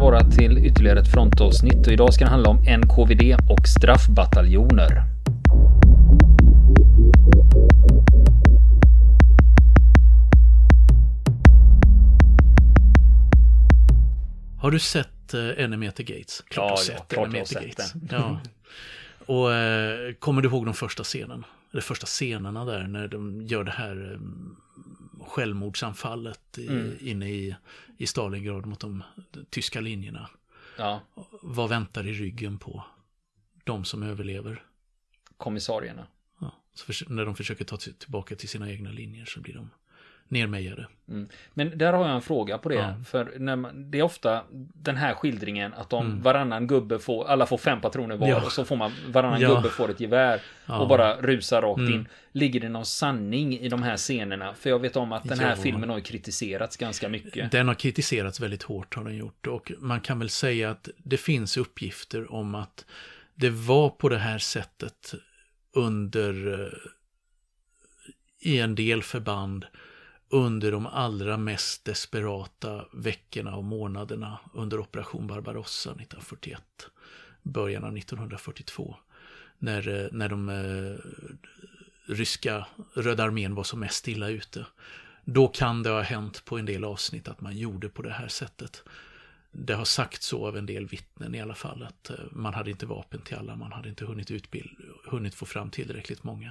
vara till ytterligare ett frontavsnitt och idag ska det handla om NKVD och straffbataljoner. Har du sett Enemy at the Gates? Klart jag har sett den. Ja. Och kommer du ihåg de första scenerna där när de gör det här självmordsanfallet inne i Stalingrad mot de tyska linjerna? Ja. Vad väntar i ryggen på de som överlever? Kommissarierna. Ja. Så när de försöker ta tillbaka till sina egna linjer så blir de nermejade. Men där har jag en fråga på det. Ja. För det är ofta den här skildringen att varannan gubbe alla får 5 patroner var och så får varannan gubbe får ett gevär och bara rusar rakt in. Ligger det någon sanning i de här scenerna? För jag vet om att den här filmen har kritiserats ganska mycket. Den har kritiserats väldigt hårt har den gjort, och man kan väl säga att det finns uppgifter om att det var på det här sättet i en del förband under de allra mest desperata veckorna och månaderna under Operation Barbarossa 1941, början av 1942, när de ryska Röda armén var som mest illa ute. Då kan det ha hänt på en del avsnitt att man gjorde på det här sättet. Det har sagt så av en del vittnen i alla fall, att man hade inte vapen till alla, man hade inte hunnit få fram tillräckligt många.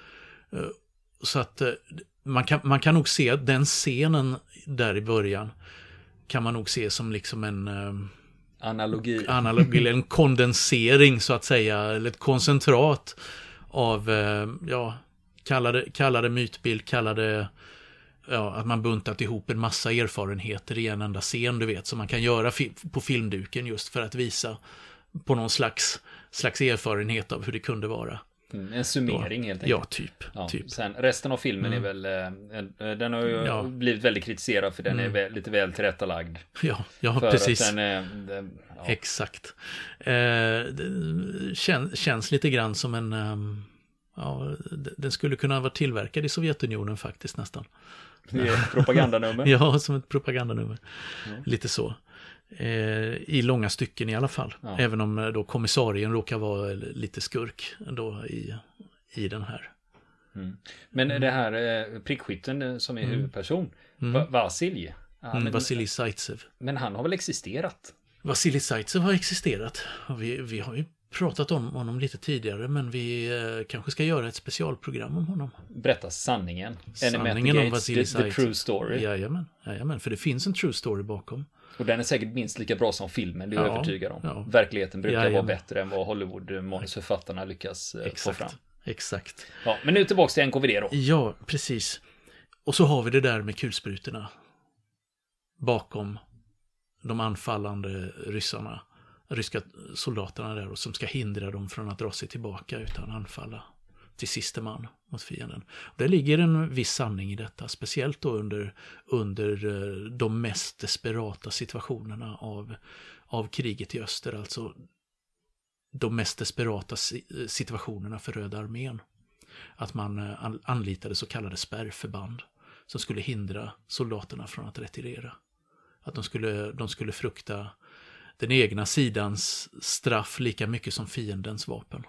Så att man kan nog se den scenen där i början kan man nog se som liksom en analogi eller en kondensering så att säga, eller ett koncentrat av kalla det mytbild, kalla det att man buntat ihop en massa erfarenheter i en enda scen, du vet, som man kan göra på filmduken just för att visa på någon slags erfarenhet av hur det kunde vara. En summering helt enkelt. Ja, typ. Sen resten av filmen är väl den har ju blivit väldigt kritiserad för den är för väl tillrättalagd. Ja, precis. Exakt. Det känns lite grann som en den skulle kunna vara tillverkad i Sovjetunionen faktiskt nästan. Det är ett propagandanummer. Ja, som ett propagandanummer. Lite så. I långa stycken i alla fall. Ja. Även om då kommissarien råkar vara lite skurk då i den här. Men det här prickskytten som är huvudperson, Vasilij. Vasilij Zaitsev. Men han har väl existerat? Vasilij Zaitsev har existerat. Vi har ju pratat om honom lite tidigare, men vi kanske ska göra ett specialprogram om honom. Berätta sanningen. Sanningen om Vasilij Zaitsev. The true story. Jajamän, för det finns en true story bakom. Och den är säkert minst lika bra som filmen, det är jag övertygad om. Ja. Verkligheten brukar vara bättre än vad Hollywood-manusförfattarna lyckas få fram. Exakt. Ja, men nu tillbaka till NKVD då. Ja, precis. Och så har vi det där med kulsprutorna bakom de anfallande ryska soldaterna där, och som ska hindra dem från att dra sig tillbaka utan anfalla till sista man mot fienden. Det ligger en viss sanning i detta, speciellt då under de mest desperata situationerna av kriget i öster, alltså de mest desperata situationerna för Röda armén. Att man anlitade så kallade spärrförband som skulle hindra soldaterna från att retirera. Att de skulle frukta den egna sidans straff lika mycket som fiendens vapen.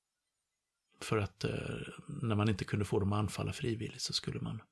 För att när man inte kunde få dem att anfalla frivilligt så skulle man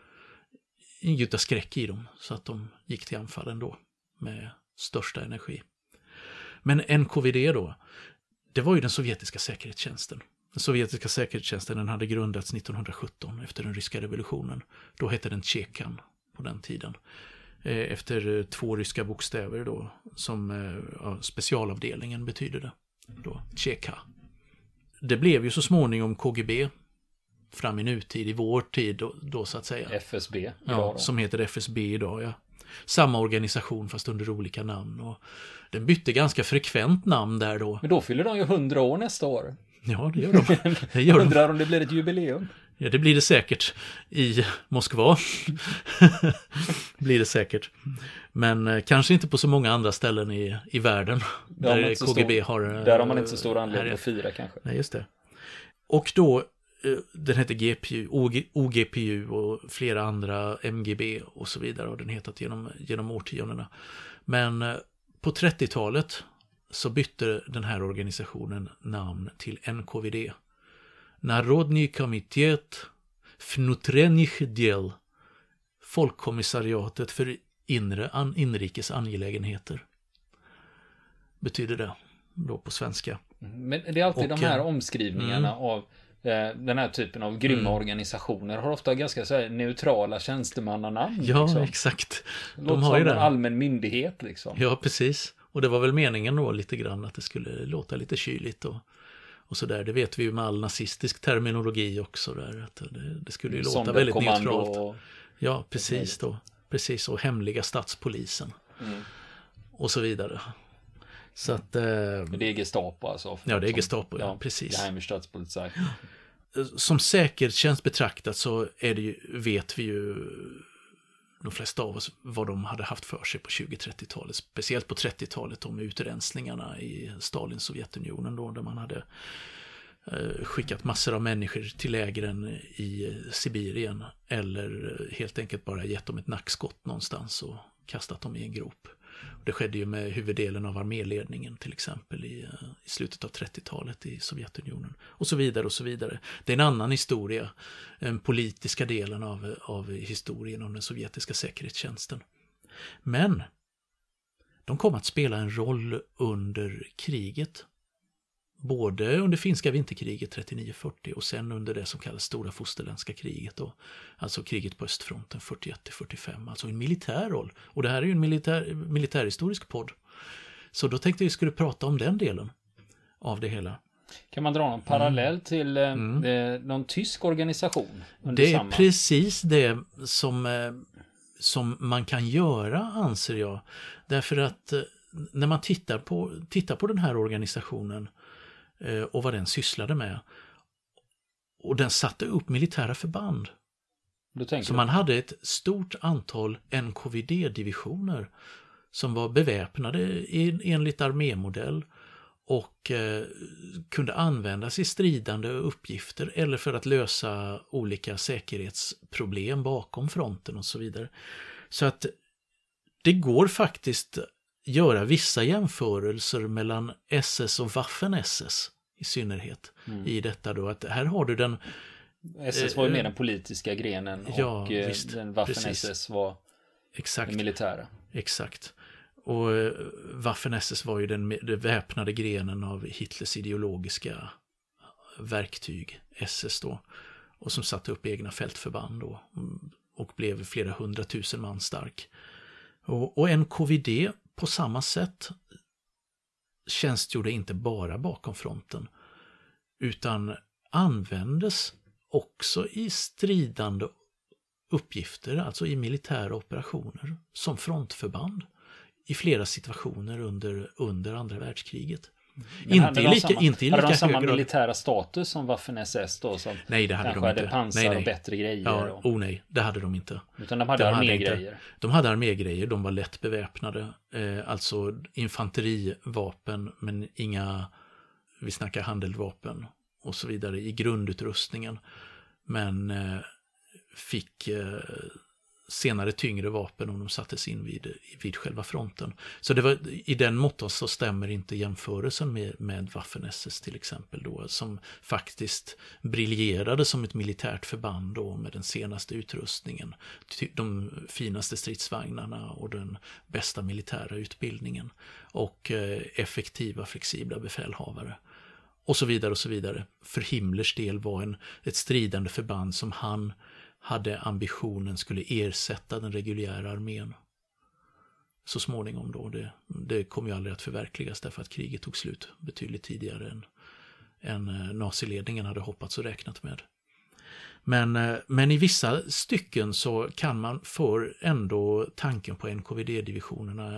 ingjuta skräck i dem så att de gick till anfall ändå med största energi. Men NKVD då, det var ju den sovjetiska säkerhetstjänsten. Den sovjetiska säkerhetstjänsten, den hade grundats 1917 efter den ryska revolutionen. Då hette den Tjekan på den tiden. Efter 2 ryska bokstäver då, som specialavdelningen betyder det. Då, Tjeka. Det blev ju så småningom KGB fram i nutid, i vår tid då så att säga. FSB. Som heter FSB idag, ja. Samma organisation fast under olika namn, och den bytte ganska frekvent namn där då. Men då fyller de ju 100 år nästa år. Ja, det gör de. Undrar om det blir ett jubileum. Ja, det blir det säkert i Moskva. Blir det säkert. Men kanske inte på så många andra ställen i världen. Där KGB har... Där har man inte så stor anledning att fira kanske. Nej, just det. Och då, den heter GPU, OGPU och flera andra MGB och så vidare. Och den hetat genom årtiondena. Men På 30-talet så bytte den här organisationen namn till NKVD. Narodny komitet vnutrenych del. Folkkommissariatet för inrikes angelägenheter. Betyder det då på svenska. Men det är alltid de här omskrivningarna av den här typen av grymma organisationer har ofta ganska så här neutrala tjänstemannanamn. Ja, liksom. Exakt. De har ju en allmän myndighet liksom. Ja, precis. Och det var väl meningen då lite grann att det skulle låta lite kyligt och sådär. Det vet vi ju med all nazistisk terminologi också där. Att det skulle ju låta väldigt neutralt. Ja, precis då. Precis, och hemliga statspolisen. Och så vidare. Så att... det är Gestapo alltså. Ja, det är Gestapo, ja precis. Geheimstaatspolizei. Som säkerhetstjänst betraktat så är det ju, vet vi ju de flesta av oss vad de hade haft för sig på 20-30-talet. Speciellt på 30-talet om utrensningarna i Stalins Sovjetunionen då, där man hade skickat massor av människor till lägren i Sibirien eller helt enkelt bara gett dem ett nackskott någonstans och kastat dem i en grop. Det skedde ju med huvuddelen av arméledningen till exempel i slutet av 30-talet i Sovjetunionen. Och så vidare och så vidare. Det är en annan historia, den politiska delen av historien om den sovjetiska säkerhetstjänsten. Men de kom att spela en roll under kriget. Både under finska vinterkriget 39-40 och sen under det som kallas Stora fosterländska kriget då, alltså kriget på östfronten 41-45, alltså en militär roll. Och det här är ju en militärhistorisk podd. Så då tänkte jag skulle prata om den delen av det hela. Kan man dra någon parallell till någon tysk organisation? Det är precis det som man kan göra, anser jag. Därför att när man tittar på den här organisationen och vad den sysslade med. Och den satte upp militära förband. Så man hade ett stort antal NKVD-divisioner som var beväpnade enligt armémodell och kunde användas i stridande uppgifter eller för att lösa olika säkerhetsproblem bakom fronten och så vidare. Så att det går faktiskt göra vissa jämförelser mellan SS och Waffen-SS i synnerhet i detta då, att här har du den SS var ju mer den politiska grenen och visst, den Waffen-SS var den militära. Exakt. Och Waffen-SS var ju den väpnade grenen av Hitlers ideologiska verktyg, SS då, och som satte upp egna fältförband då och blev flera 100 000 man stark. Och NKVD på samma sätt tjänstgjorde inte bara bakom fronten utan användes också i stridande uppgifter, alltså i militära operationer som frontförband i flera situationer under andra världskriget. Inte i lika samma hög grad. militära status som Waffen-SS då? Som nej, det hade de inte. Hade pansar och bättre grejer? Ja, nej, det hade de inte. Utan de hade armégrejer? De hade armégrejer, de var lätt beväpnade. Alltså infanterivapen, men inga, vi snackar handeldvapen och så vidare i grundutrustningen. Men fick senare tyngre vapen om de sattes in vid själva fronten. Så det var, i den måttan så stämmer inte jämförelsen med Waffen-SS till exempel då, som faktiskt briljerade som ett militärt förband då med den senaste utrustningen, de finaste stridsvagnarna och den bästa militära utbildningen och effektiva, flexibla befälhavare. Och så vidare och så vidare. För Himmlers del var ett stridande förband som han hade ambitionen skulle ersätta den reguljära armén. Så småningom då. Det kom ju aldrig att förverkligas därför att kriget tog slut betydligt tidigare än naziledningen hade hoppats och räknat med. Men i vissa stycken så kan man för ändå tanken på NKVD-divisionerna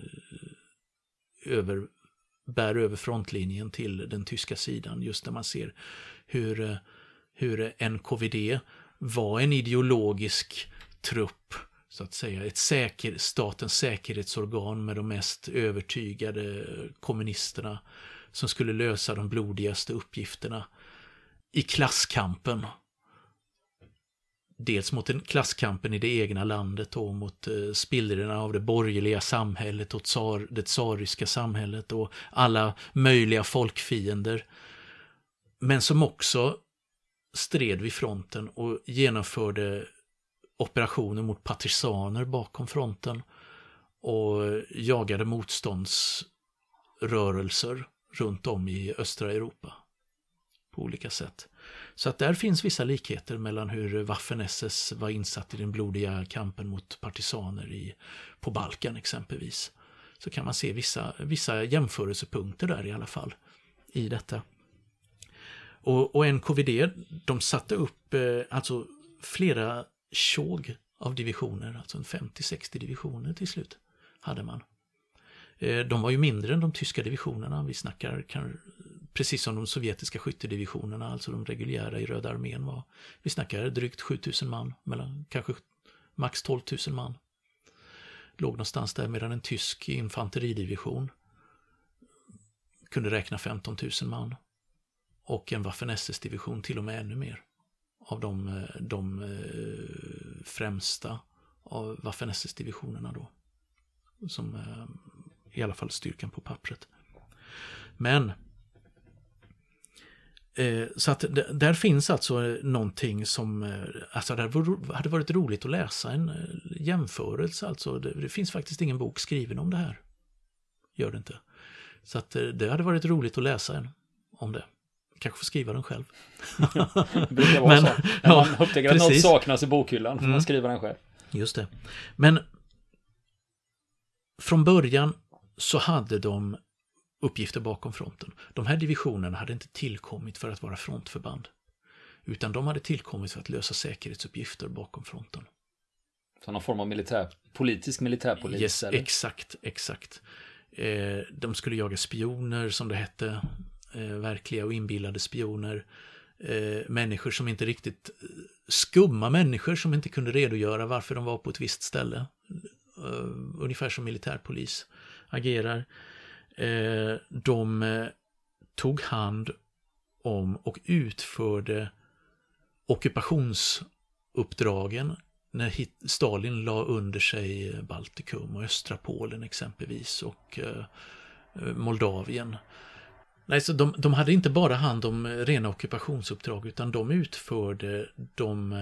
bär över frontlinjen till den tyska sidan, just när man ser hur NKVD var en ideologisk trupp, så att säga, ett statens säkerhetsorgan med de mest övertygade kommunisterna som skulle lösa de blodigaste uppgifterna i klasskampen dels mot klasskampen i det egna landet och mot spillrorna av det borgerliga samhället och det tsariska samhället och alla möjliga folkfiender. Men som också stred vid fronten och genomförde operationer mot partisaner bakom fronten och jagade motståndsrörelser runt om i östra Europa på olika sätt. Så att där finns vissa likheter mellan hur Waffen-SS var insatt i den blodiga kampen mot partisaner på Balkan exempelvis. Så kan man se vissa jämförelsepunkter där i alla fall i detta. Och NKVD, de satte upp alltså flera tjog av divisioner, alltså 50-60 divisioner till slut hade man. De var ju mindre än de tyska divisionerna, vi snackar precis som de sovjetiska skyttedivisionerna, alltså de reguljära i Röda armén var. Vi snackar drygt 7000 man, mellan kanske max 12 000 man. Låg någonstans där, medan en tysk infanteridivision kunde räkna 15 000 man. Och en Waffen-SS-division till och med ännu mer. Av de främsta av Waffen-SS-divisionerna då. Som i alla fall styrkan på pappret. Men så att där finns alltså någonting som, alltså det hade varit roligt att läsa en jämförelse, alltså det finns faktiskt ingen bok skriven om det här. Gör det inte. Så att det hade varit roligt att läsa en om det. Kanske få skriva den själv. Det brukar vara så. När man upptäcker att något saknas i bokhyllan får man skriva den själv. Just det. Men från början så hade de uppgifter bakom fronten. De här divisionerna hade inte tillkommit för att vara frontförband. Utan de hade tillkommit för att lösa säkerhetsuppgifter bakom fronten. Så någon form av politisk militärpolis? Yes, eller? Exakt. De skulle jaga spioner som det hette. Verkliga och inbillade spioner. Människor som inte riktigt... Skumma människor som inte kunde redogöra varför de var på ett visst ställe. Ungefär som militärpolis agerar. De tog hand om och utförde ockupationsuppdragen när Stalin la under sig Baltikum och östra Polen exempelvis och Moldavien. Nej, så de hade inte bara hand om rena ockupationsuppdrag utan de utförde de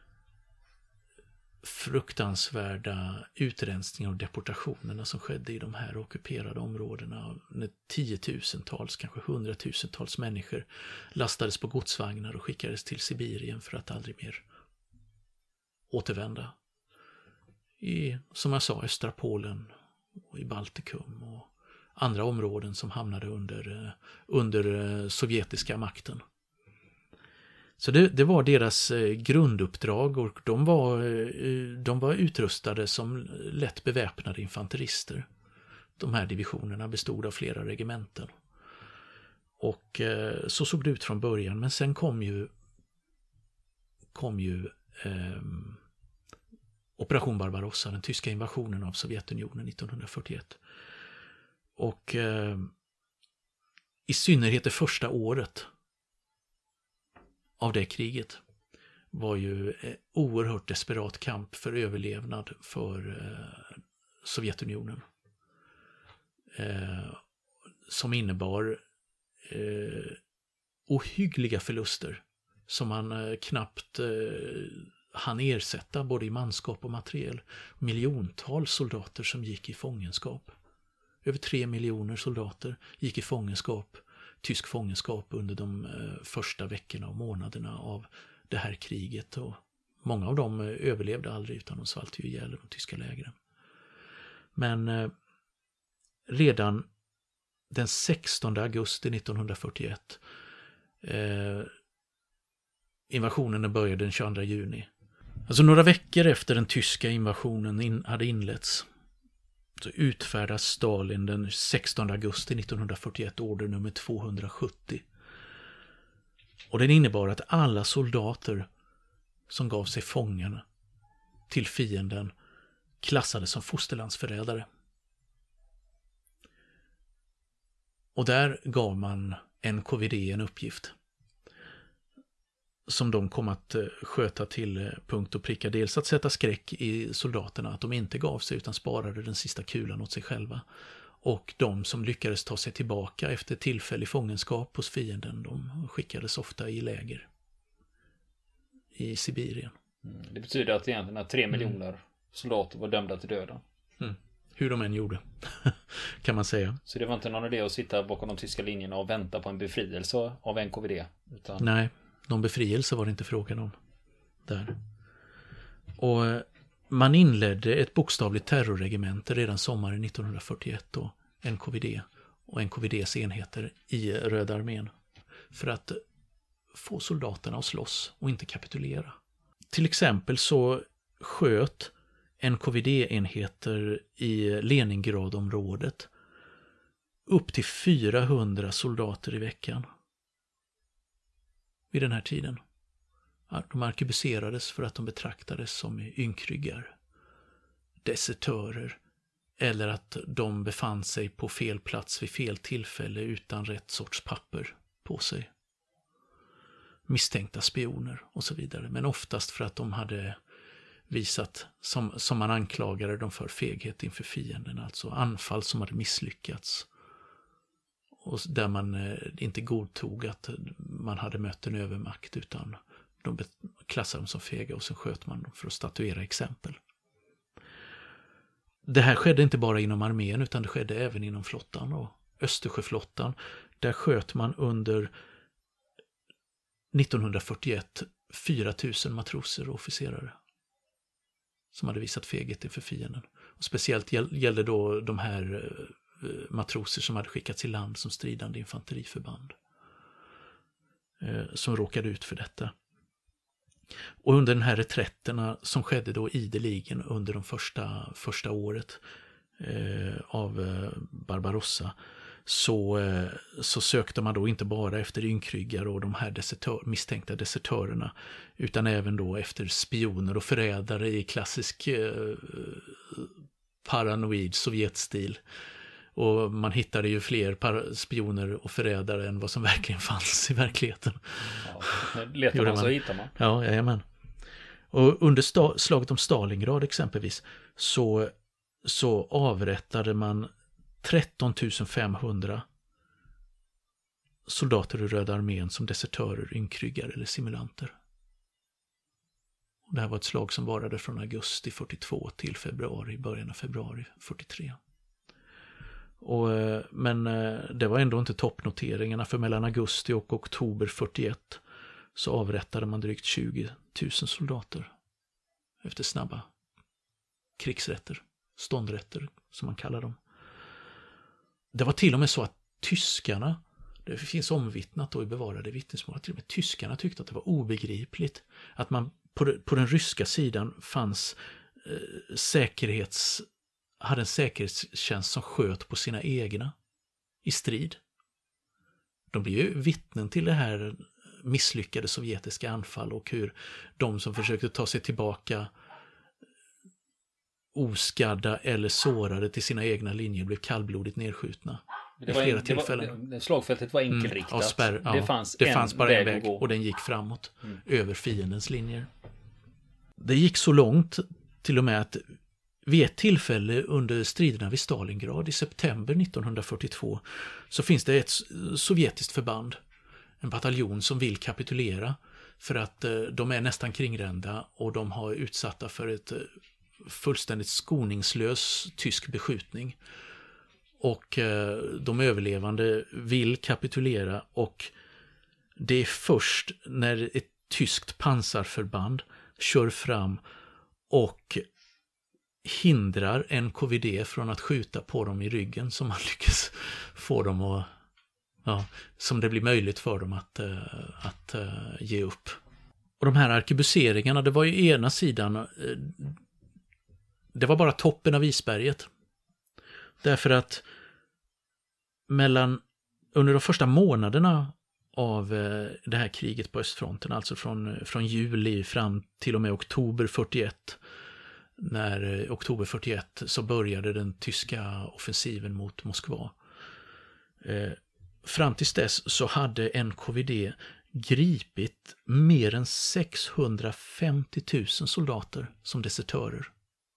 fruktansvärda utrensningar och deportationerna som skedde i de här ockuperade områdena när tiotusentals, kanske 100 000-tals människor lastades på godsvagnar och skickades till Sibirien för att aldrig mer återvända i, som jag sa, östra Polen och i Baltikum och andra områden som hamnade under sovjetiska makten. Så det var deras grunduppdrag och de var utrustade som lätt beväpnade infanterister. De här divisionerna bestod av flera regementen. Och så såg det ut från början, men sen kom ju Operation Barbarossa, den tyska invasionen av Sovjetunionen 1941. Och i synnerhet det första året av det kriget var ju oerhört desperat kamp för överlevnad för Sovjetunionen. Som innebar ohyggliga förluster som man knappt hann ersätta både i manskap och materiel. Miljontals soldater som gick i fångenskap. Över 3 miljoner soldater gick i tysk fångenskap under de första veckorna och månaderna av det här kriget. Och många av dem överlevde aldrig utan de svalt ju ihjäl de tyska lägren. Men redan den 16 augusti 1941, invasionen började den 22 juni. Alltså några veckor efter den tyska invasionen hade inletts så utfärdas Stalin den 16 augusti 1941 order nummer 270. Och den innebar att alla soldater som gav sig fången till fienden klassades som fosterlandsförrädare. Och där gav man NKVD en uppgift. som de kom att sköta till punkt och pricka. Dels att sätta skräck i soldaterna, att de inte gav sig utan sparade den sista kulan åt sig själva. Och de som lyckades ta sig tillbaka efter tillfällig fångenskap hos fienden, de skickades ofta i läger i Sibirien. Det betyder att egentligen 3 miljoner soldater var dömda till döden. Hur de än gjorde, kan man säga. Så det var inte någon idé att sitta bakom de tyska linjerna och vänta på en befrielse av NKVD? Utan... Nej, någon befrielse var det inte frågan om där. Och man inledde ett bokstavligt terrorregemente redan sommaren 1941 då, NKVD och NKVDs enheter i Röda armén för att få soldaterna att slåss och inte kapitulera. Till exempel så sköt NKVD-enheter i Leningradområdet upp till 400 soldater i veckan vid den här tiden. De arkebuserades för att de betraktades som ynkryggar, desertörer eller att de befann sig på fel plats vid fel tillfälle utan rätt sorts papper på sig. Misstänkta spioner och så vidare, men oftast för att de hade visat, som man anklagade dem för, feghet inför fienden, alltså anfall som hade misslyckats och där man inte godtog att man hade mött en övermakt utan de klassade dem som fega och sen sköt man dem för att statuera exempel. Det här skedde inte bara inom armén utan det skedde även inom flottan och Östersjöflottan. Där sköt man under 1941 4 000 matroser och officerare som hade visat feghet inför fienden. Och speciellt gällde då de här matroser som hade skickats i land som stridande infanteriförband som råkade ut för detta. Och under den här reträtterna som skedde då ideligen under de första året av Barbarossa så sökte man då inte bara efter ynkryggar och de här misstänkta desertörerna utan även då efter spioner och förrädare i klassisk paranoid sovjetstil. Och man hittade ju fler spioner och förrädare än vad som verkligen fanns i verkligheten. Ja, letar man så hittar man. Ja, jajamän. Och under slaget om Stalingrad exempelvis så avrättade man 13 500 soldater ur Röda armén som desertörer, ynkryggar eller simulanter. Och det här var ett slag som varade från augusti 42 till början av februari 43. Men det var ändå inte toppnoteringarna, för mellan augusti och oktober 41 så avrättade man drygt 20 000 soldater efter snabba krigsrätter, ståndrätter som man kallar dem. Det var till och med så att tyskarna, det finns omvittnat och i bevarade vittnesmål, till och med tyskarna tyckte att det var obegripligt att man på den ryska sidan fanns hade en säkerhetstjänst som sköt på sina egna i strid. De blev ju vittnen till det här misslyckade sovjetiska anfall och hur de som försökte ta sig tillbaka oskadda eller sårade till sina egna linjer blev kallblodigt nedskjutna i flera tillfällen. Slagfältet var enkelriktat. Det fanns bara en väg och den gick framåt över fiendens linjer. Det gick så långt till och med att vid ett tillfälle under striderna vid Stalingrad i september 1942 så finns det ett sovjetiskt förband, en bataljon som vill kapitulera för att de är nästan kringrända och de har utsatta för ett fullständigt skoningslös tysk beskjutning. Och de överlevande vill kapitulera och det är först när ett tyskt pansarförband kör fram och hindrar NKVD från att skjuta på dem i ryggen som man lyckas få dem att, som det blir möjligt för dem att ge upp. Och de här arkebuseringarna, det var ju ena sidan, det var bara toppen av isberget. Därför att under de första månaderna av det här kriget på östfronten, alltså från juli fram till och med oktober 41, när oktober 41 så började den tyska offensiven mot Moskva. Fram tills dess så hade NKVD gripit mer än 650 000 soldater som desertörer.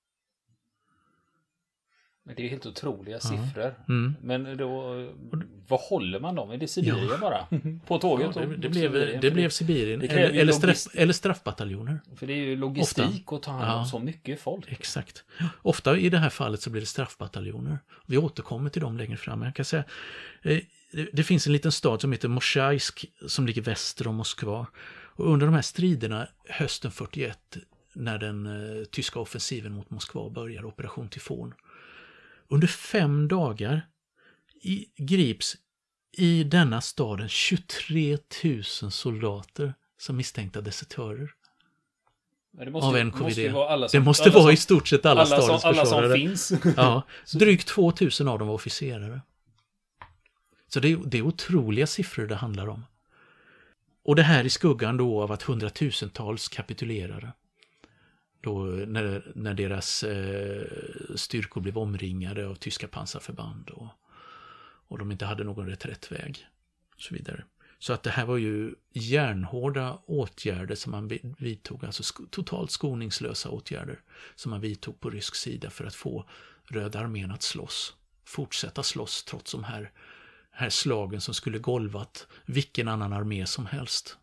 Men det är helt otroliga siffror. Men då, vad håller man dem? Är det Sibirien bara? På tåget? Ja, det blev Sibirien. Eller straffbataljoner. För det är ju logistik att ta hand om så mycket folk. Exakt. Ofta i det här fallet så blir det straffbataljoner. Vi återkommer till dem längre fram. Jag kan säga, det finns en liten stad som heter Moshaisk som ligger väster om Moskva. Och under de här striderna hösten 41, när den tyska offensiven mot Moskva börjar, Operation Tyfon. Under 5 dagar grips i denna staden 23 000 soldater som misstänkta desertörer. Av NKVD. Det måste vara i stort sett alla stadens försvarare. Alla som finns. Ja, drygt 2 000 av dem var officerare. Så det är otroliga siffror det handlar om. Och det här i skuggan då av att 100,000-tals kapitulerade. Då när deras styrkor blev omringade av tyska pansarförband och de inte hade någon reträttväg och så vidare. Så att det här var ju järnhårda åtgärder som man vidtog, alltså totalt skoningslösa åtgärder som man vidtog på rysk sida för att få Röda armén att fortsätta slåss trots de här slagen som skulle golvat vilken annan armé som helst.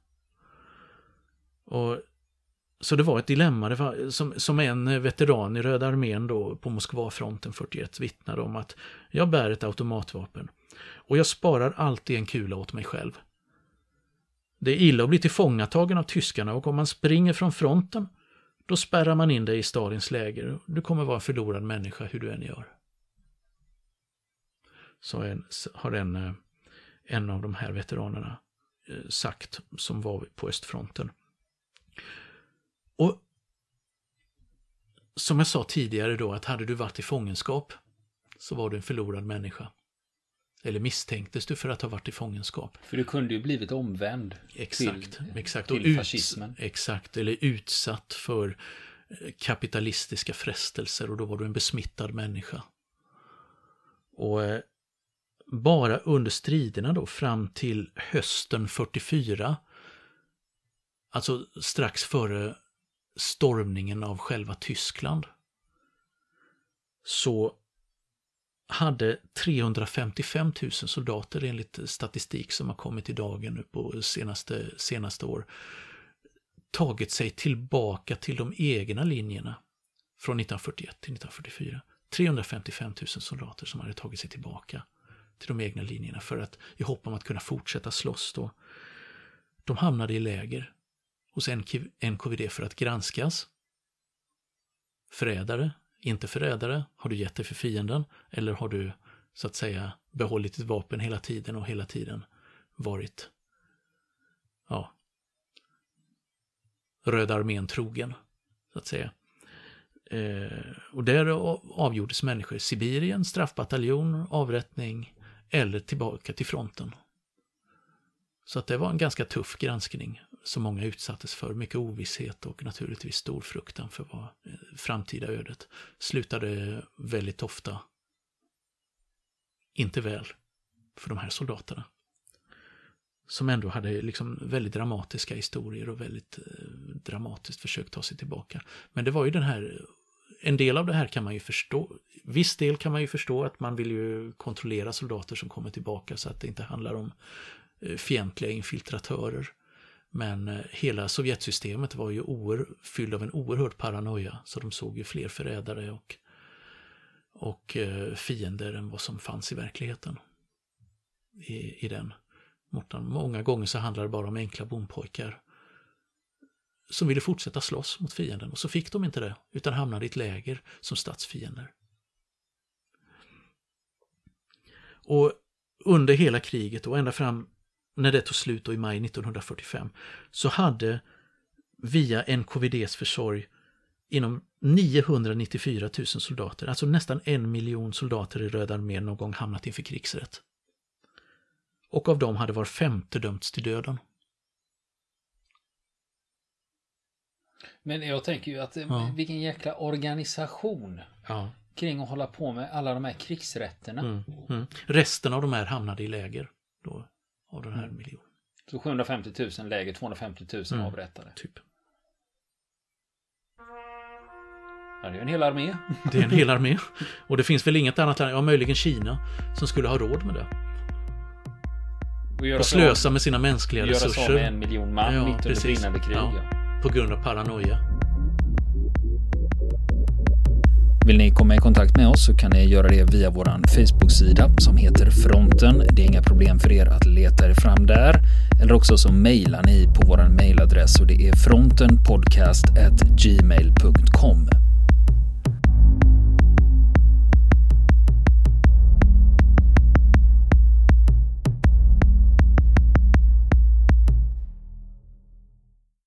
Så det var ett dilemma. Det var, som en veteran i Röda armén då på Moskvafronten 41 vittnade om att jag bär ett automatvapen och jag sparar alltid en kula åt mig själv. Det är illa att bli tillfångatagen av tyskarna och om man springer från fronten då spärrar man in dig i Stalins läger. Du kommer vara en förlorad människa hur du än gör. Så har en av de här veteranerna sagt som var på östfronten. Och som jag sa tidigare då, att hade du varit i fångenskap så var du en förlorad människa. Eller misstänktes du för att ha varit i fångenskap. För du kunde ju blivit omvänd till fascismen. Exakt, eller utsatt för kapitalistiska frestelser och då var du en besmittad människa. Och bara under striderna då fram till hösten 44, alltså strax före stormningen av själva Tyskland, så hade 355 000 soldater enligt statistik som har kommit i dagen nu på senaste år tagit sig tillbaka till de egna linjerna från 1941 till 1944. 355 000 soldater som hade tagit sig tillbaka till de egna linjerna för att i hopp om att kunna fortsätta slåss då. De hamnade i läger hos NKVD för att granskas. Förrädare, inte förrädare, har du gett dig för fienden eller har du så att säga behållit ditt vapen hela tiden och hela tiden varit Röda armén trogen så att säga. Och där avgjordes människor Sibirien, straffbataljon, avrättning eller tillbaka till fronten. Så att det var en ganska tuff granskning som många utsattes för. Mycket ovisshet och naturligtvis stor fruktan för vad framtida ödet slutade väldigt ofta inte väl för de här soldaterna. Som ändå hade liksom väldigt dramatiska historier och väldigt dramatiskt försökt ta sig tillbaka. Men det var ju en del av det här kan man ju förstå. Viss del kan man ju förstå att man vill ju kontrollera soldater som kommer tillbaka så att det inte handlar om fientliga infiltratörer. Men hela Sovjetsystemet var ju fylld av en oerhörd paranoia, så de såg ju fler förrädare och fiender än vad som fanns i verkligheten i den. Många gånger så handlar det bara om enkla bondpojkar som ville fortsätta slåss mot fienden och så fick de inte det utan hamnade i ett läger som statsfiender. Och under hela kriget och ända fram när det tog slut då i maj 1945 så hade via NKVDs försorg inom 994 000 soldater, alltså nästan 1 miljon soldater i Röda armén någon gång hamnat inför krigsrätt. Och av dem hade var 5:e dömts till döden. Men jag tänker ju att vilken jäkla organisation kring att hålla på med alla de här krigsrätterna. Resten av de här hamnade i läger då, av den här miljonen. Så 750 000 läger 250 000 avrättade. Typ. Ja, det är en hel armé. Det är en hel armé. Och det finns väl inget annat land, möjligen Kina, som skulle ha råd med det. Och slösa med sina mänskliga resurser. Göra så med 1 miljon man mitt under brinnande krig. Ja. På grund av paranoia. Vill ni komma i kontakt med oss så kan ni göra det via vår Facebook-sida som heter Fronten. Det är inga problem för er att leta er fram där. Eller också så mejlar ni på vår mejladress och det är frontenpodcast@gmail.com.